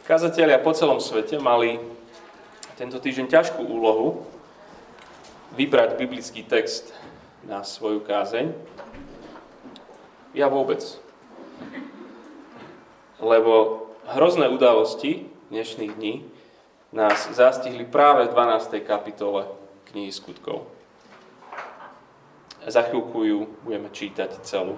Kazatelia po celom svete mali tento týždeň ťažkú úlohu vybrať biblický text na svoju kázeň. Ja vôbec. Lebo hrozné udalosti dnešných dní nás zastihli práve v 12. kapitole knihy Skutkov. Za chvíľku ju budeme čítať celú.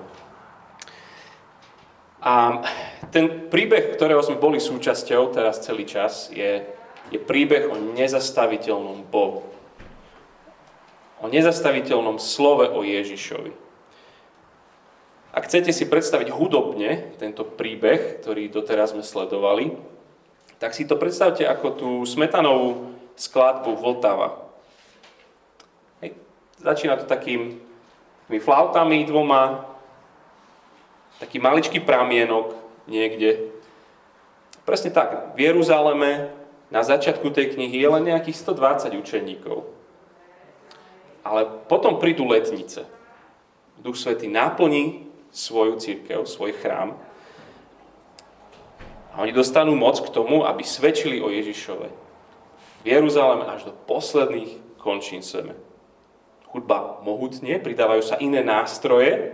A ten príbeh, ktorého sme boli súčasťou teraz celý čas, je príbeh o nezastaviteľnom Bohu. O nezastaviteľnom slove o Ježišovi. Ak chcete si predstaviť hudobne tento príbeh, ktorý doteraz sme sledovali, tak si to predstavte ako tú smetanovú skladbu Vltava. Začína to takými flautami dvoma, taký maličký pramienok niekde. Presne tak, v Jeruzaleme na začiatku tej knihy je len nejakých 120 učeníkov. Ale potom prídu letnice. Duch Svätý naplní svoju cirkev, svoj chrám a oni dostanú moc k tomu, aby svedčili o Ježišove. V Jeruzaleme až do posledných končín zeme. Hudba mohutne, pridávajú sa iné nástroje.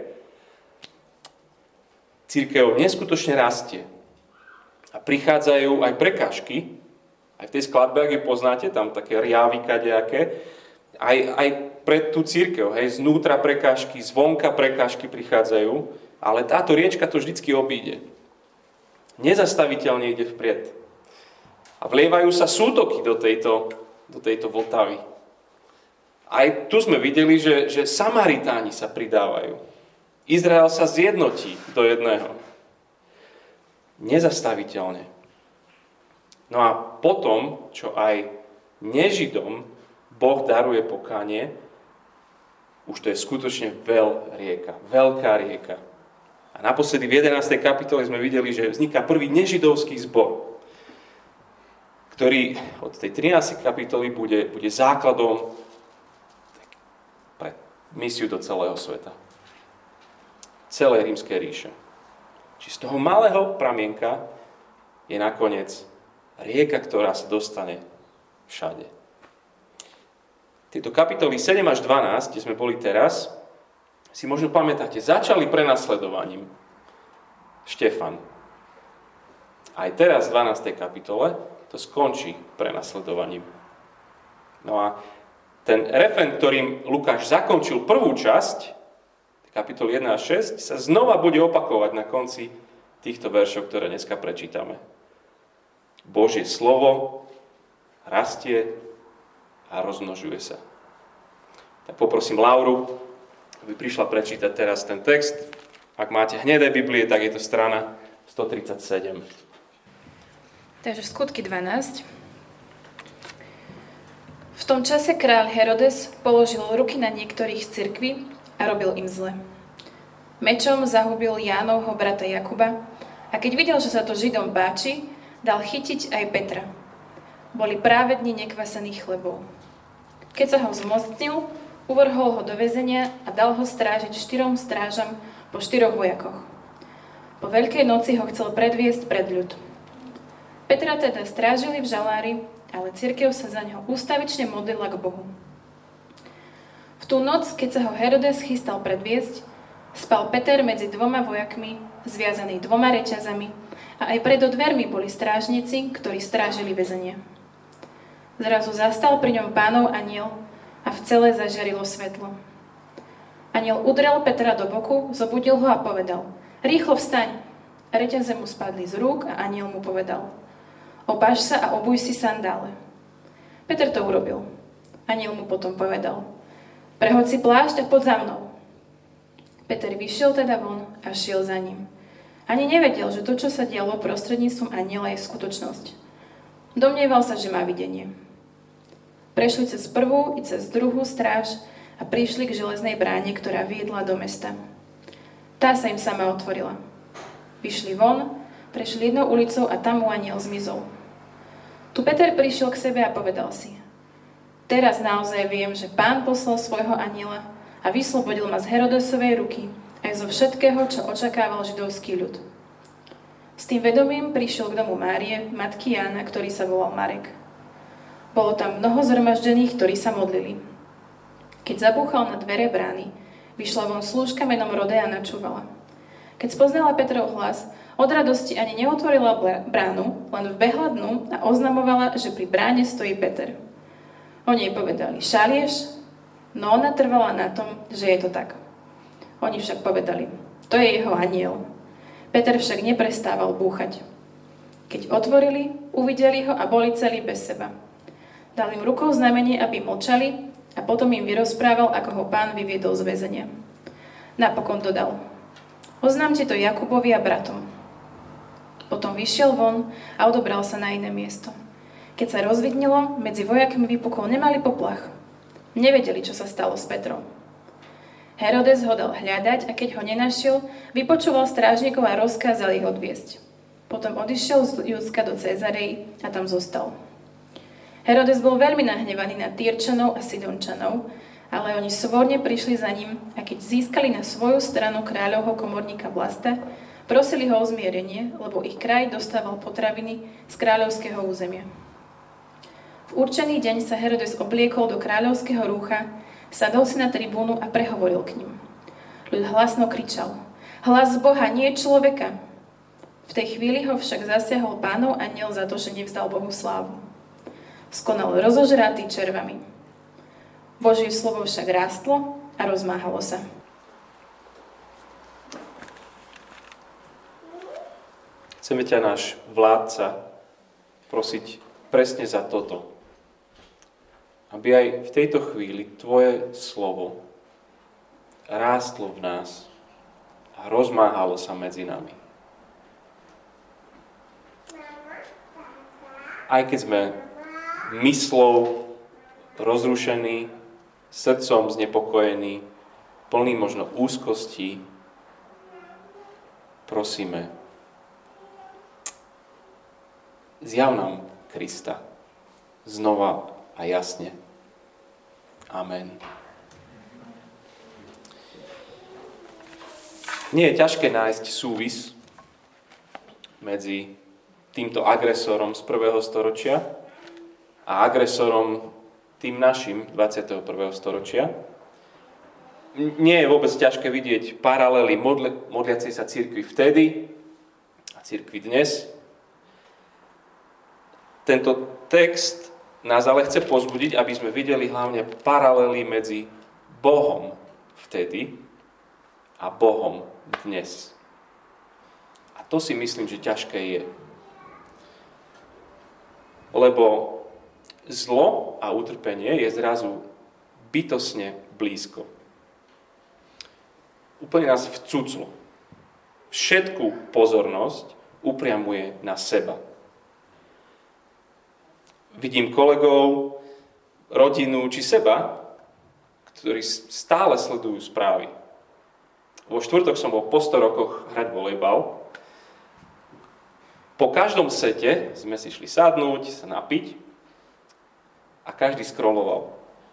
Cirkev neskutočne rastie. A prichádzajú aj prekážky. Aj v tej skladbe, ak ju poznáte, tam také riavy kadejaké. Aj pred tú cirkev, hej, znútra prekážky, zvonka prekážky prichádzajú. Ale táto riečka to vždycky obíde. Nezastaviteľne ide vpred. A vlievajú sa sútoky do tejto Vltavy. Aj tu sme videli, že Samaritáni sa pridávajú. Izrael sa zjednotí do jedného. Nezastaviteľne. No a potom, čo aj nežidom Boh daruje pokánie, už to je skutočne veľká rieka. A naposledy v 11. kapitole sme videli, že vzniká prvý nežidovský zbor, ktorý od tej 13. kapitoly bude základom pre misiu do celého sveta. Celej rímskej ríše. Či z toho malého pramienka je nakoniec rieka, ktorá sa dostane všade. Tieto kapitoly 7 až 12, kde sme boli teraz, si možno pamätáte, začali prenasledovaním. Štefan. Aj teraz v 12. kapitole to skončí prenasledovaním. No a ten refrén, ktorým Lukáš zakončil prvú časť, kapitol 1 a 6, sa znova bude opakovať na konci týchto veršov, ktoré dneska prečítame. Božie slovo rastie a rozmnožuje sa. Tak poprosím Lauru, aby prišla prečítať teraz ten text. Ak máte hnedé Biblie, tak je to strana 137. Takže Skutky 12. V tom čase kráľ Herodes položil ruky na niektorých z cirkví a robil im zle. Mečom zahubil Jánovho brata Jakuba a keď videl, že sa to Židom páči, dal chytiť aj Petra. Boli práve dni nekvasených chlebov. Keď sa ho zmocnil, uvrhol ho do väzenia a dal ho strážiť 4 strážam po 4 vojakoch. Po Veľkej noci ho chcel predviesť pred ľud. Petra teda strážili v žalári, ale cirkev sa za neho ústavične modlila k Bohu. V tú noc, keď sa ho Herodes chystal predviesť, spal Peter medzi 2 vojakmi, zviazaný 2 reťazami a aj pred dvermi boli strážnici, ktorí strážili väzenie. Zrazu zastal pri ňom Pánov anjel a v cele zažiarilo svetlo. Anjel udrel Petra do boku, zobudil ho a povedal: Rýchlo vstaň! Reťaze mu spadli z rúk a anjel mu povedal: Obáš sa a obuj si sandále. Peter to urobil. Anjel mu potom povedal: Prehoď si plášť a poď za mnou. Peter vyšiel teda von a šiel za ním. Ani nevedel, že to, čo sa dialo prostredníctvom anjela, je skutočnosť. Domnieval sa, že má videnie. Prešli cez prvú i cez druhú stráž a prišli k železnej bráne, ktorá viedla do mesta. Tá sa im sama otvorila. Vyšli von, prešli jednou ulicou a tam mu anjel zmizol. Tu Peter prišiel k sebe a povedal si: Teraz naozaj viem, že Pán poslal svojho anjela a vyslobodil ma z Herodesovej ruky aj zo všetkého, čo očakával židovský ľud. S tým vedomím prišiel k domu Márie, matky Jána, ktorý sa volal Marek. Bolo tam mnoho zhromaždených, ktorí sa modlili. Keď zabúchal na dvere brány, vyšla von slúžka menom Rode a načúvala. Keď spoznala Petrov hlas, od radosti ani neotvorila bránu, len vbehla dnu a oznamovala, že pri bráne stojí Peter. Oni jej povedali: šalieš? No ona trvala na tom, že je to tak. Oni však povedali: to je jeho anjel. Peter však neprestával búchať. Keď otvorili, uvideli ho a boli celí bez seba. Dal im rukou znamenie, aby mlčali, a potom im vyrozprával, ako ho Pán vyviedol z väzenia. Napokon dodal: oznámte to Jakubovi a bratom. Potom vyšiel von a odobral sa na iné miesto. Keď sa rozvidnilo, medzi vojakmi vypukol nemalý poplach. Nevedeli, čo sa stalo s Petrom. Herodes ho dal hľadať a keď ho nenašiel, vypočúval strážnikov a rozkázal ich odviesť. Potom odišiel z Judska do Cézarei a tam zostal. Herodes bol veľmi nahnevaný na Týrčanov a Sidončanov, ale oni svorne prišli za ním a keď získali na svoju stranu kráľovho komorníka Vlasta, prosili ho o zmierenie, lebo ich kraj dostával potraviny z kráľovského územia. V určený deň sa Herodes obliekol do kráľovského rúcha, sadol si na tribúnu a prehovoril k ním. Ľud hlasno kričal: hlas Boha, nie človeka! V tej chvíli ho však zasiahol Pánov anjel za to, že nevzdal Bohu slávu. Skonal rozožratý červami. Božie slovo však rástlo a rozmáhalo sa. Chceme ťa, náš vládca, prosiť presne za toto. Aby aj v tejto chvíli tvoje slovo rástlo v nás a rozmáhalo sa medzi nami. Aj keď sme myslou rozrušení, srdcom znepokojení, plný možno úzkostí, prosíme, zjav nám Krista znova a jasne. Amen. Nie je ťažké nájsť súvis medzi týmto agresorom z 1. storočia a agresorom tým našim 21. storočia. Nie je vôbec ťažké vidieť paralely modliacej sa cirkvi vtedy a cirkvi dnes. Tento text nás ale chce pozbudiť, aby sme videli hlavne paralely medzi Bohom vtedy a Bohom dnes. A to si myslím, že ťažké je. Lebo zlo a utrpenie je zrazu bytostne blízko. Úplne nás vcuclo. Všetku pozornosť upriamuje na seba. Vidím kolegov, rodinu či seba, ktorí stále sledujú správy. Vo štvrtok som bol po 100 rokoch hrať volejbal. Po každom sete sme si šli sadnúť, sa napiť a každý scrolloval.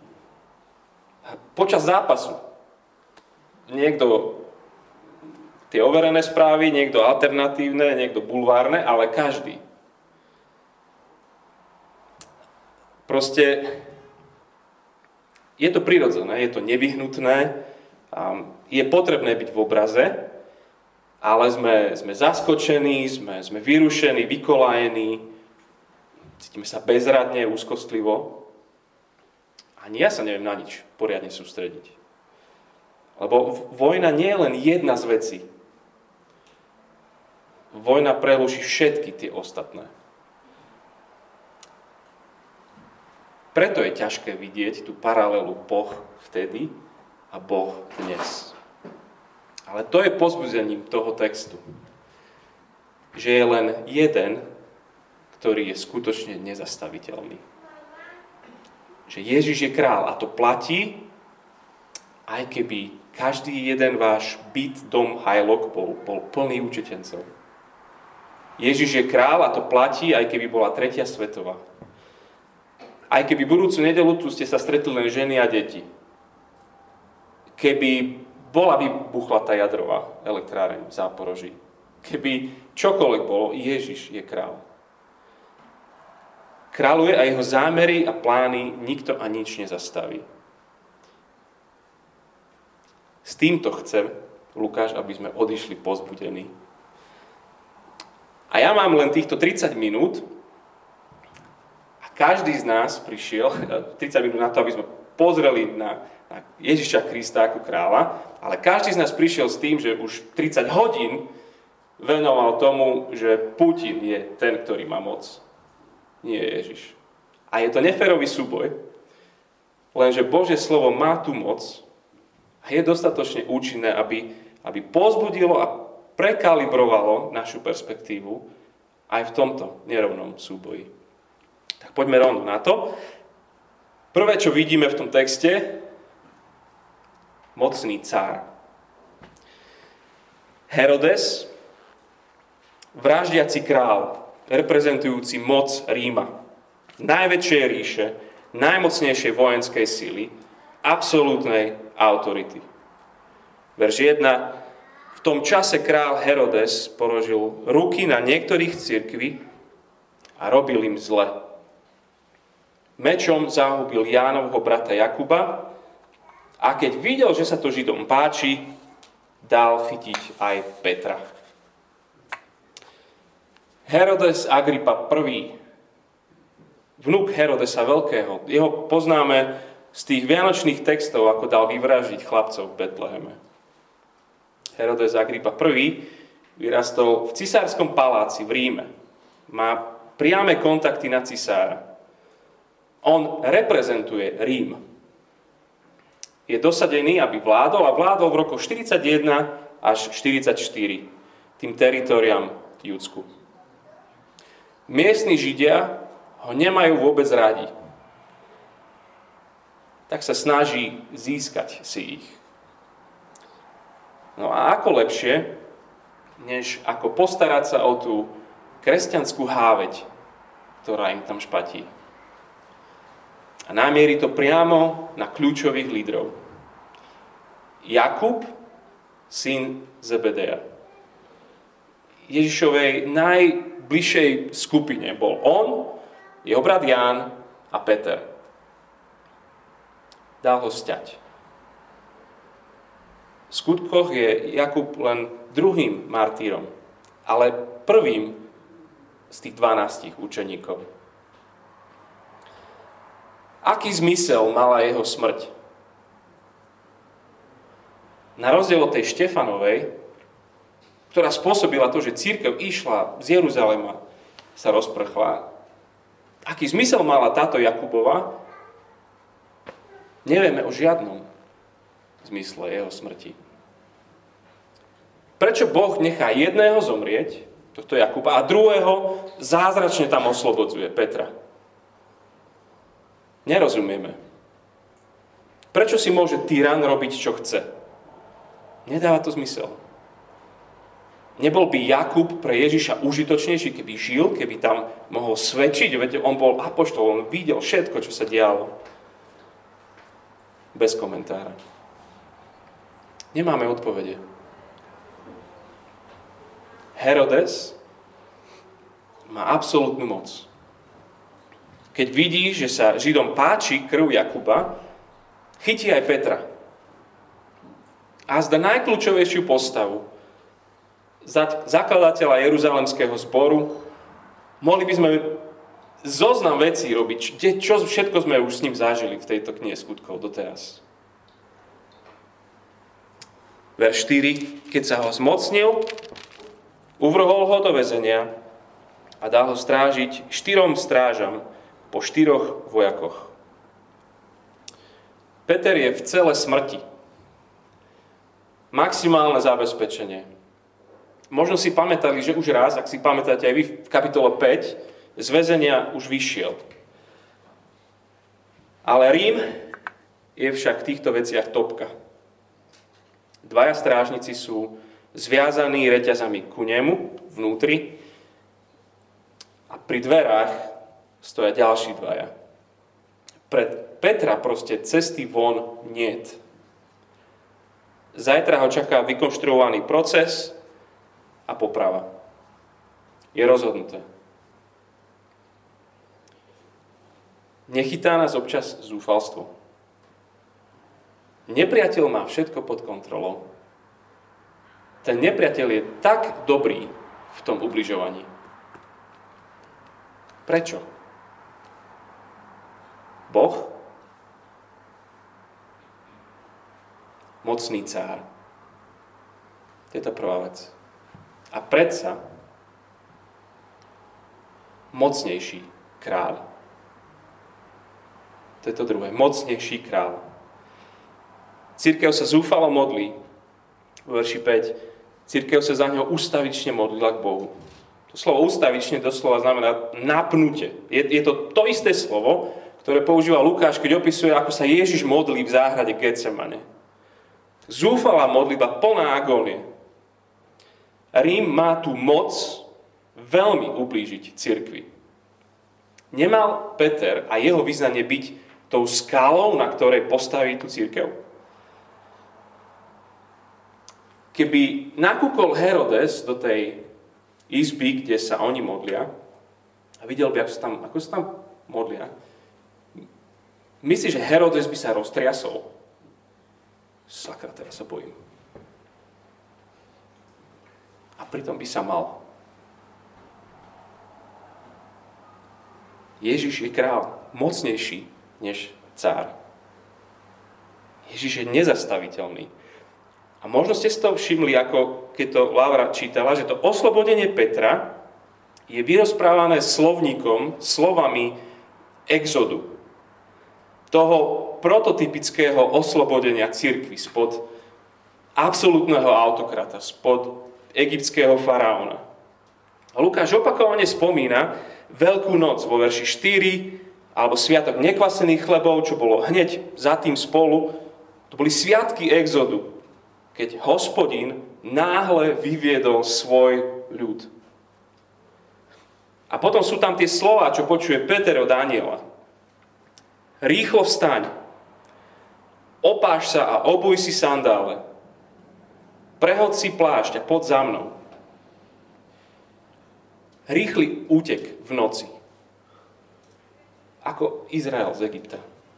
Počas zápasu niekto tie overené správy, niekto alternatívne, niekto bulvárne, ale každý. Proste je to prirodzené, je to nevyhnutné, je potrebné byť v obraze, ale sme zaskočení, sme vyrušení, vykolajení, cítime sa bezradne, úzkostlivo. Ani ja sa neviem na nič poriadne sústrediť. Lebo vojna nie je len jedna z vecí. Vojna preruší všetky tie ostatné. Preto je ťažké vidieť tú paralelu Boh vtedy a Boh dnes. Ale to je povzbudením toho textu. Že je len jeden, ktorý je skutočne nezastaviteľný. Že Ježiš je král a to platí, aj keby každý jeden váš byt, dom, hajlok bol plný učitencov. Ježiš je král a to platí, aj keby bola 3. svetová. Aj keby budúcu nedeľu tu ste sa stretli len ženy a deti. Keby bola vybuchla tá jadrová elektráreň v Záporoží. Keby čokoľvek bolo, Ježiš je král. Kráľuje a jeho zámery a plány nikto a nič nezastaví. S týmto chce Lukáš, aby sme odišli povzbudení. A ja mám len týchto 30 minút a každý z nás prišiel 30 minút na to, aby sme pozreli na Ježiša Krista ako kráľa, ale každý z nás prišiel s tým, že už 30 hodín venoval tomu, že Putin je ten, ktorý má moc. Nie Ježiš. A je to neférový súboj, lenže Božie slovo má tú moc a je dostatočne účinné, aby povzbudilo a prekalibrovalo našu perspektívu aj v tomto nerovnom súboji. Tak poďme rovno na to. Prvé, čo vidíme v tom texte, mocný cár. Herodes, vraždiaci král, reprezentujúci moc Ríma, najväčšej ríše, najmocnejšej vojenskej sily, absolútnej autority. Verš 1. V tom čase král Herodes položil ruky na niektorých cirkví a robil im zle. Mečom zahubil Jánovho brata Jakuba a keď videl, že sa to Židom páči, dal chytiť aj Petra. Herodes Agripa I, vnuk Herodesa Veľkého, jeho poznáme z tých vianočných textov, ako dal vyvraždiť chlapcov v Betleheme. Herodes Agripa I vyrastol v cisárskom paláci v Ríme. Má priame kontakty na cisára. On reprezentuje Rím. Je dosadený, aby vládol a vládol v rokoch 41 až 44 tým teritoriám Judsku. Miestni Židia ho nemajú vôbec radi. Tak sa snaží získať si ich. No a ako lepšie, než ako postarať sa o tú kresťanskú háveť, ktorá im tam špatí. A namierí to priamo na kľúčových lídrov. Jakub, syn Zebedeja. Ježišovej najbližšej skupine bol on, jeho brat Ján a Peter. Dal ho sťať. V skutkoch je Jakub len druhým martýrom, ale prvým z tých 12 učeníkov. Aký zmysel mala jeho smrť? Na rozdiel od tej Štefanovej, ktorá spôsobila to, že cirkev išla z Jeruzalema, sa rozprchla. Aký zmysel mala táto Jakubova? Nevieme o žiadnom zmysle jeho smrti. Prečo Boh nechá jedného zomrieť, tohto Jakuba, a druhého zázračne tam oslobodzuje, Petra? Nerozumieme. Prečo si môže tyran robiť, čo chce? Nedáva to zmysel. Nebol by Jakub pre Ježiša užitočnejší, keby žil, keby tam mohol svedčiť, veď on bol apoštol, on videl všetko, čo sa dialo. Bez komentára. Nemáme odpovede. Herodes má absolútnu moc. Keď vidí, že sa Židom páči krv Jakuba, chytí aj Petra. A zda najkľúčovejšiu postavu, zakladateľa Jeruzalemského zboru, mohli by sme zoznam vecí robiť, čo všetko sme už s ním zažili v tejto knihe skutkov doteraz. Verš 4. Keď sa ho zmocnil, uvrhol ho do väzenia a dal ho strážiť 4 strážam po 4 vojakoch. Peter je v cele smrti. Maximálne zabezpečenie. Možno si pamätali, že už raz, ak si pamätáte aj vy v kapitole 5, z väzenia už vyšiel. Ale Rím je však v týchto veciach topka. 2 strážnici sú zviazaní reťazami ku nemu vnútri a pri dverách stoja ďalší 2. Pred Petra proste cesty von niet. Zajtra ho čaká vykonštruovaný proces a poprava. Je rozhodnuté. Nechytá nás občas zúfalstvo. Nepriateľ má všetko pod kontrolou. Ten nepriateľ je tak dobrý v tom ubližovaní. Prečo? Boh? Mocný cár. To je tá prvá vec. A predsa mocnejší kráľ. To je to druhé. Mocnejší kráľ. Cirkev sa zúfalo modlí. V verši 5. Cirkev sa za neho ustavične modlila k Bohu. To slovo ustavične doslova znamená napnutie. Je to isté slovo, ktoré používa Lukáš, keď opisuje, ako sa Ježiš modlí v záhrade Getsemane. Zúfalá modlitba, plná agónie. Rím má tú moc veľmi ublížiť cirkvi. Nemal Peter a jeho vyznanie byť tou skálou, na ktorej postaví tú cirkev? Keby nakúkol Herodes do tej izby, kde sa oni modlia, a videl by, ako sa tam modlia, myslíš, že Herodes by sa roztriasol? Sakra, teraz sa bojím. A pritom by sa mal. Ježiš je král, mocnejší než cár. Ježiš je nezastaviteľný. A možno ste si to všimli, ako keď to Laura čítala, že to oslobodenie Petra je vyrozprávané slovníkom, slovami exodu. Toho prototypického oslobodenia cirkvi spod absolútneho autokrata, spod egyptského faraóna. A Lukáš opakovane spomína Veľkú noc vo verši 4, alebo sviatok nekvasených chlebov, čo bolo hneď za tým spolu. To boli sviatky exodu, keď Hospodin náhle vyviedol svoj ľud. A potom sú tam tie slová, čo počuje Peter od anjela. Rýchlo vstaň, opáš sa a obuj si sandále, prehod si plášť a poď za mnou. Rýchly útek v noci. Ako Izrael z Egypta.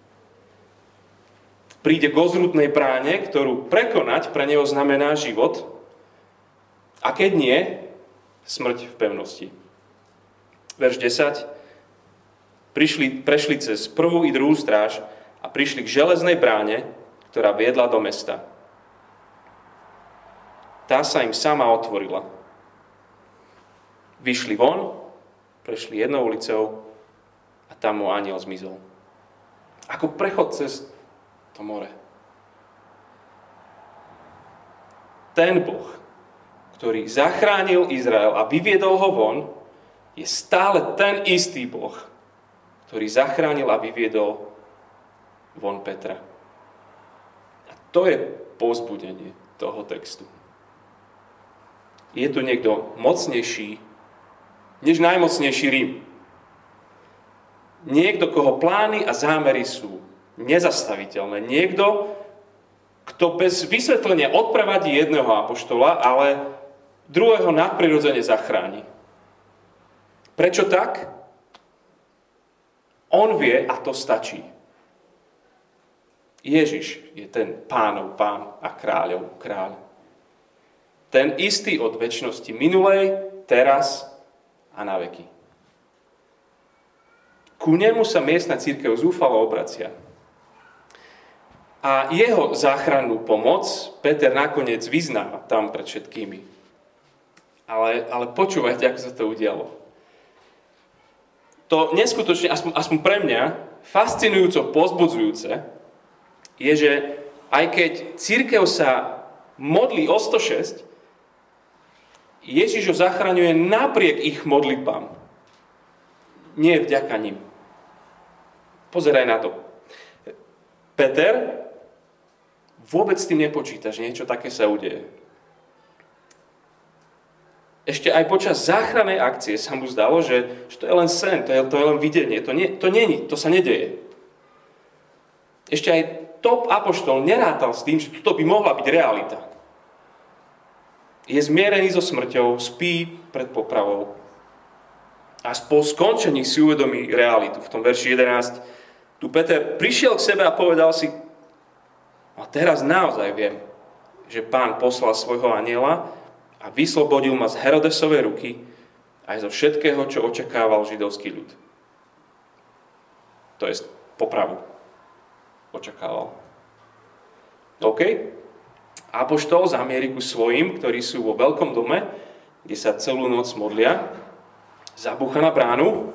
Príde k ozrutnej bráne, ktorú prekonať pre neho znamená život, a keď nie, smrť v pevnosti. Verš 10. Prešli cez prvú i druhú stráž a prišli k železnej bráne, ktorá viedla do mesta. Tá sa im sama otvorila. Vyšli von, prešli jednou ulicou a tam mu anjel zmizol. Ako prechod cez to more. Ten Boh, ktorý zachránil Izrael a vyviedol ho von, je stále ten istý Boh, ktorý zachránil a vyviedol von Petra. A to je povzbudenie toho textu. Je tu niekto mocnejší než najmocnejší Rím. Niekto, koho plány a zámery sú nezastaviteľné. Niekto, kto bez vysvetlenia odprevadí jedného apoštola, ale druhého nadprirodzene zachráni. Prečo tak? On vie a to stačí. Ježiš je ten Pánov Pán a kráľov kráľ. Ten istý od večnosti minulej, teraz a na veky. Ku nemu sa miestna cirkev zúfalo obracia. A jeho záchrannú pomoc Peter nakoniec vyznáva tam pred všetkými. Ale počúvajte, ako sa to udialo. To neskutočne, aspoň pre mňa, fascinujúco povzbudzujúce, je, že aj keď cirkev sa modlí o 106, Ježiš ho zachraňuje napriek ich modlitbám. Nie vďaka nim. Pozeraj na to. Peter vôbec s tým nepočíta, že niečo také sa udeje. Ešte aj počas záchrannej akcie sa mu zdalo, že to je len sen, to je len videnie. To sa nedeje. Ešte aj top apoštol nerátal s tým, že toto by mohla byť realita. Je zmierený so smrťou, spí pred popravou. A po skončení si uvedomí realitu. V tom verši 11 tu Peter prišiel k sebe a povedal si, a teraz naozaj viem, že Pán poslal svojho anjela a vyslobodil ma z Herodesovej ruky aj zo všetkého, čo očakával židovský ľud. To je popravu. Očakával. OK? Apoštol zamierí ku svojim, ktorí sú vo veľkom dome, kde sa celú noc modlia, zabúcha na bránu,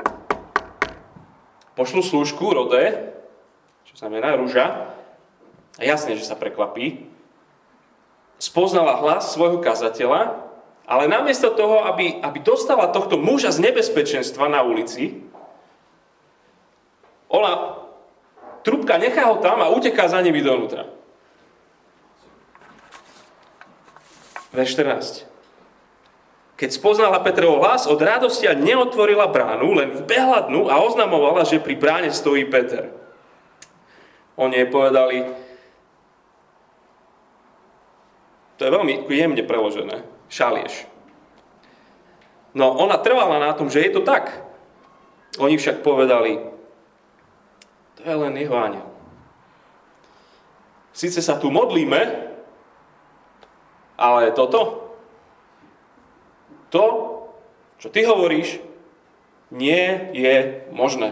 pošlu slúžku Rode, čo znamená ruža, a jasne, že sa prekvapí, spoznala hlas svojho kazateľa, ale namiesto toho, aby dostala tohto muža z nebezpečenstva na ulici, ona trúbka nechá ho tam a uteká za nimi donútra. Verš 14. Keď spoznala Petrov hlas, od radosti neotvorila bránu, len vbehla dnu a oznamovala, že pri bráne stojí Peter. Oni jej povedali, to je veľmi jemne preložené, šalieš. No ona trvala na tom, že je to tak. Oni však povedali, to je len jeho anjel. Sice sa tu modlíme, ale to, čo ty hovoríš, nie je možné.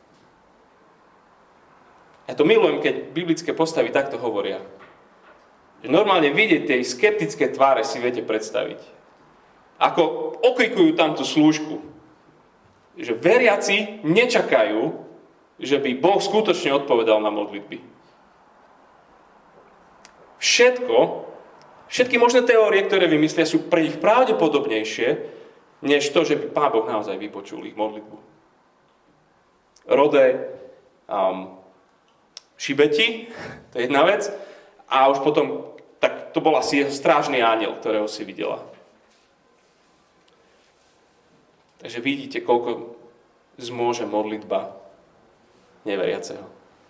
Ja to milujem, keď biblické postavy takto hovoria. Že normálne vidieť tie skeptické tváre si viete predstaviť. Ako okrikujú tam tú slúžku. Že veriaci nečakajú, že by Boh skutočne odpovedal na modlitby. Všetky možné teórie, ktoré vymyslia, sú pre nich pravdepodobnejšie, než to, že by Pán Boh naozaj vypočul ich modlitbu. Rode, šibeti, to je jedna vec, a už potom, tak to bol asi jeho strážny anjel, ktorého si videla. Takže vidíte, koľko zmôže modlitba neveriaceho.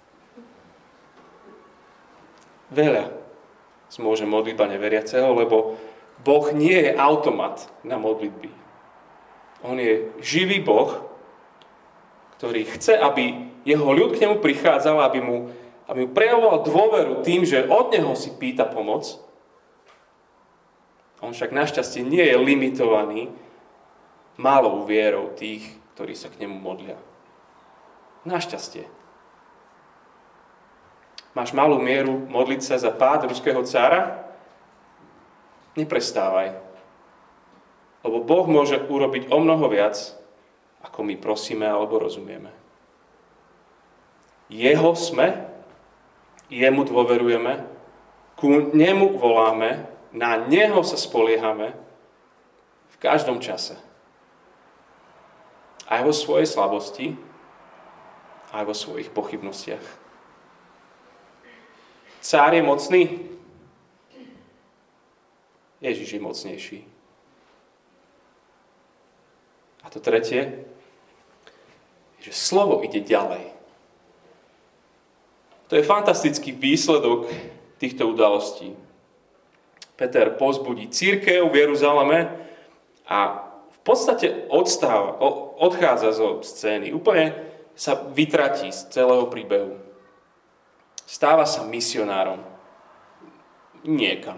Veľa zmôže modlitba neveriaceho, lebo Boh nie je automat na modlitby. On je živý Boh, ktorý chce, aby jeho ľud k nemu prichádzal, aby mu prejavoval dôveru tým, že od neho si pýta pomoc. On však našťastie nie je limitovaný malou vierou tých, ktorí sa k nemu modlia. Našťastie. Máš malú mieru modliť sa za pád ruského cára? Neprestávaj. Lebo Boh môže urobiť o mnoho viac, ako my prosíme alebo rozumieme. Jeho sme, jemu dôverujeme, ku nemu voláme, na neho sa spoliehame v každom čase. Aj vo svojej slabosti, aj vo svojich pochybnostiach. Cár je mocný? Ježiš je mocnejší. A to tretie, že slovo ide ďalej. To je fantastický výsledok týchto udalostí. Peter povzbudí cirkev v Jeruzaleme a v podstate odchádza zo scény. Úplne sa vytratí z celého príbehu. Stáva sa misionárom. Niekam.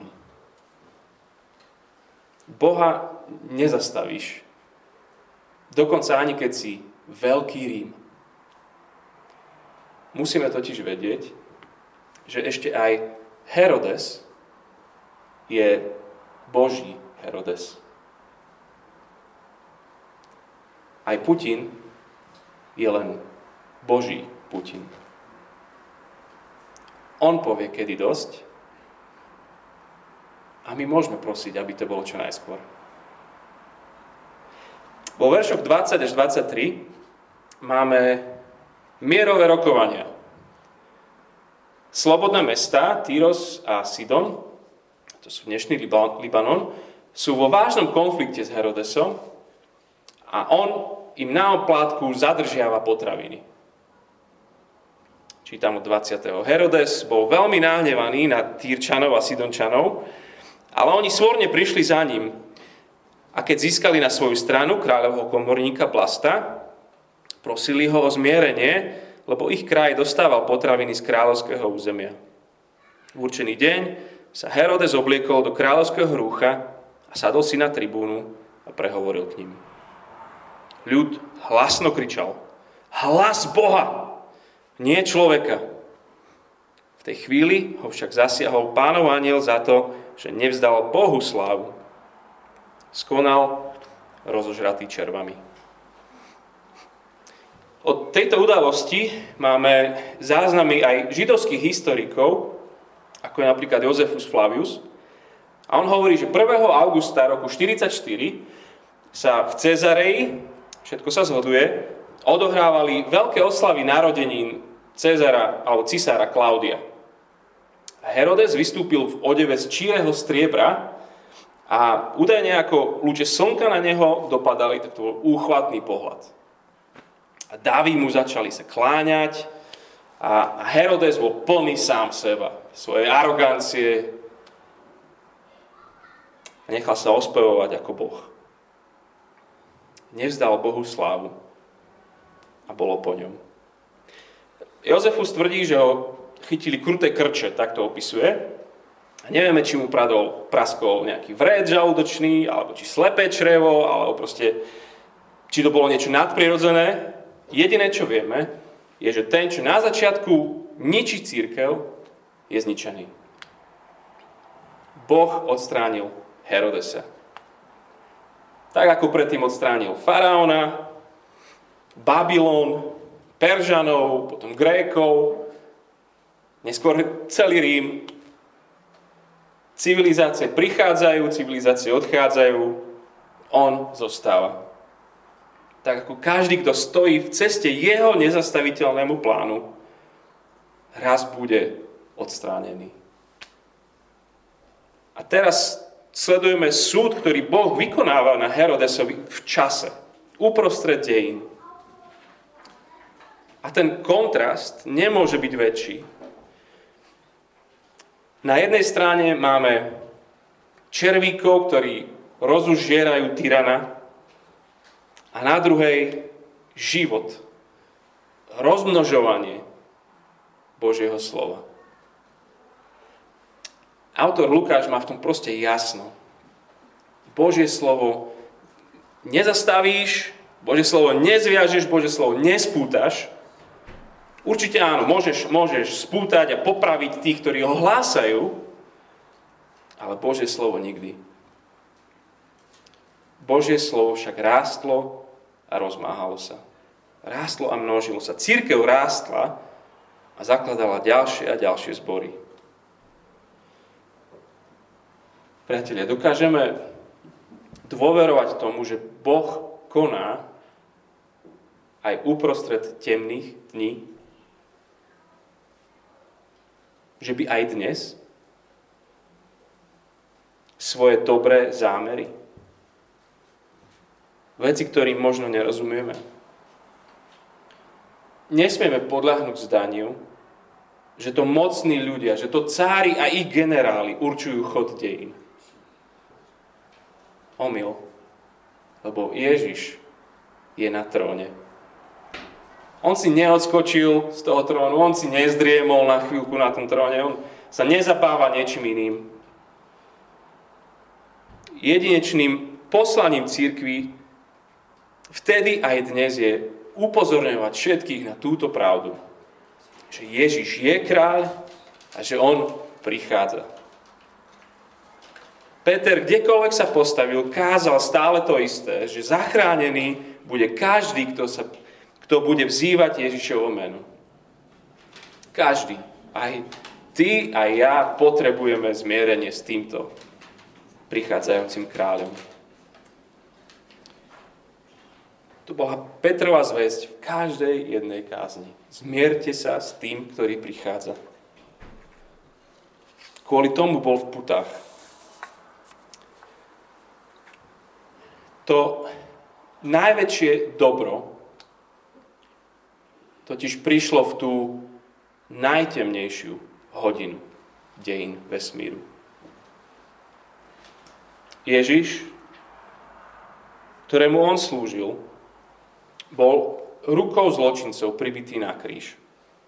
Boha nezastavíš. Dokonca ani keď si veľký Rím. Musíme totiž vedieť, že ešte aj Herodes je Boží Herodes. Aj Putin je len Boží Putin. On povie, kedy dosť, a my môžeme prosiť, aby to bolo čo najskôr. Vo veršoch 20 až 23 máme mierové rokovania. Slobodné mestá, Týros a Sidon, to sú dnešný Libanon, sú vo vážnom konflikte s Herodesom a on im na oplátku zadržiava potraviny. Čítam od 20. Herodes bol veľmi nahnevaný na Týrčanov a Sidončanov Ale oni svorne prišli za ním. A keď získali na svoju stranu kráľovho komorníka Blasta, prosili ho o zmierenie, lebo ich kraj dostával potraviny z kráľovského územia. V určený deň sa Herodes obliekol do kráľovského rúcha a sadol si na tribúnu a prehovoril k ním. Ľud hlasno kričal: Hlas Boha, nie človeka. V tej chvíli ho však zasiahol Pánov anjel za to, že nevzdal Bohu slávu. Skonal rozožratý červami. Od tejto udalosti máme záznamy aj židovských historikov, ako je napríklad Jozefus Flavius. A on hovorí, že 1. augusta roku 44 sa v Cezareji, všetko sa zhoduje, odohrávali veľké oslavy narodenín Cezara alebo cisára Klaudia. Herodes vystúpil v odeve z číreho striebra a údajne ako lúče slnka na neho dopadali, tak to bol úchvatný pohľad. A daví mu začali sa kláňať a Herodes bol plný sám seba, svojej arogancie a nechal sa ospevovať ako Boh. Nevzdal Bohu slávu a bolo po ňom. Jozefus tvrdí, že ho chytili kruté krče, tak to opisuje. A nevieme, či mu praskol nejaký vred žalúdočný, alebo či slepé črevo, alebo proste, či to bolo niečo nadprirodzené. Jediné, čo vieme, je, že ten, čo na začiatku ničí cirkev, je zničený. Boh odstránil Herodesa. Tak ako predtým odstránil faraóna, Babylon, Peržanov, potom Grékov, neskôr celý Rím. Civilizácie prichádzajú, civilizácie odchádzajú, on zostáva. Tak ako každý, kto stojí v ceste jeho nezastaviteľnému plánu, raz bude odstránený. A teraz sledujeme súd, ktorý Boh vykonáva na Herodesovi v čase, uprostred dejín. A ten kontrast nemôže byť väčší. Na jednej strane máme červíkov, ktorí rozužierajú tyrana, a na druhej život, rozmnožovanie Božieho slova. Autor Lukáš má v tom proste jasno. Božie slovo nezastavíš, Božie slovo nezviažeš, Božie slovo nespútaš. Určite áno, môžeš spútať a popraviť tých, ktorí ho hlásajú, ale Božie slovo nikdy. Božie slovo však rástlo a rozmáhalo sa. Rástlo a množilo sa. Cirkev rástla a zakladala ďalšie a ďalšie zbory. Priatelia, dokážeme dôverovať tomu, že Boh koná aj uprostred temných dní? Že by aj dnes svoje dobré zámery, veci, ktorým možno nerozumieme, nesmieme podľahnúť zdaniu, že to mocní ľudia, že to cári a ich generáli určujú chod dejín. Omyl. Lebo Ježiš je na tróne. On si neodskočil z toho trónu, on si nezdriemol na chvíľku na tom tróne, on sa nezapáva niečím iným. Jedinečným poslaním cirkvi vtedy aj dnes je upozorňovať všetkých na túto pravdu. Že Ježiš je kráľ a že on prichádza. Peter kdekoľvek sa postavil, kázal stále to isté, že zachránený bude každý, kto bude vzývať Ježišovo meno. Každý. Aj ty, aj ja potrebujeme zmierenie s týmto prichádzajúcim kráľom. Tu bola Petrova zvesť v každej jednej kázni. Zmierte sa s tým, ktorý prichádza. Kvôli tomu bol v putách. To najväčšie dobro totiž prišlo v tú najtemnejšiu hodinu dejín vesmíru. Ježiš, ktorému on slúžil, bol rukou zločincov pribitý na kríž.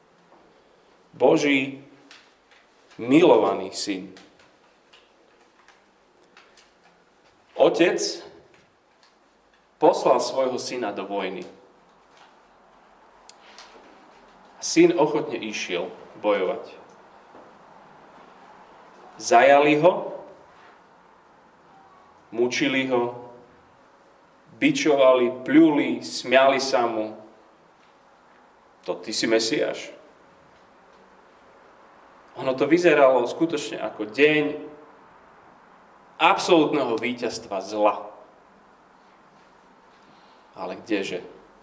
Boží milovaný syn. Otec poslal svojho syna do vojny. Syn ochotne išiel bojovať. Zajali ho, mučili ho, bičovali, pľuli, smiali sa mu. To ty si Mesiáš. Ono to vyzeralo skutočne ako deň absolútneho víťazstva zla. Ale kdeže?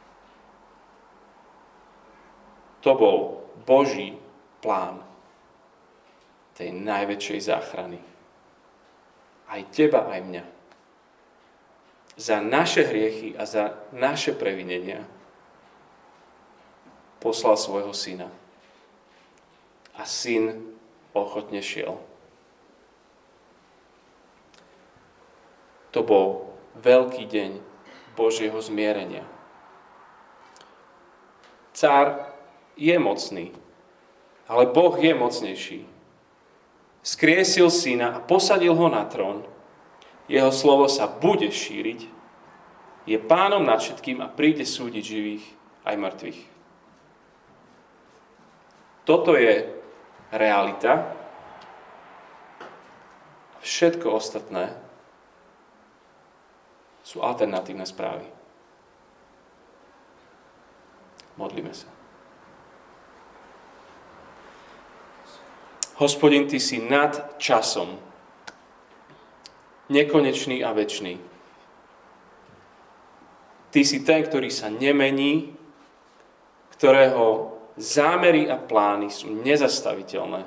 To bol Boží plán tej najväčšej záchrany. Aj teba, aj mňa. Za naše hriechy a za naše previnenia poslal svojho syna. A syn ochotne šiel. To bol veľký deň Božieho zmierenia. Cár je mocný, ale Boh je mocnejší. Skriesil syna a posadil ho na trón. Jeho slovo sa bude šíriť. Je pánom nad všetkým a príde súdiť živých aj mŕtvych. Toto je realita. Všetko ostatné sú alternatívne správy. Modlíme sa. Hospodin, ty si nad časom. Nekonečný a večný. Ty si ten, ktorý sa nemení, ktorého zámery a plány sú nezastaviteľné.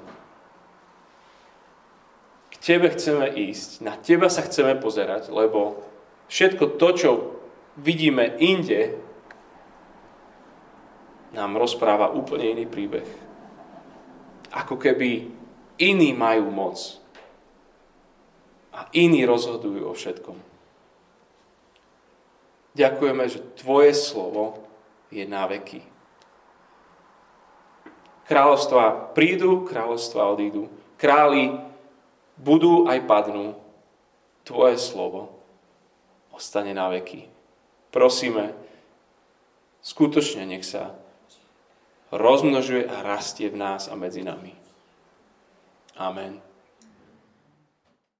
K tebe chceme ísť, na teba sa chceme pozerať, lebo všetko to, čo vidíme inde, nám rozpráva úplne iný príbeh. Ako keby iní majú moc a iní rozhodujú o všetkom. Ďakujeme, že tvoje slovo je na veky. Kráľovstvá prídu, kráľovstvá odídu. Králi budú aj padnú. Tvoje slovo ostane na veky. Prosíme, skutočne nech sa rozmnožuje a rastie v nás a medzi nami. Amen.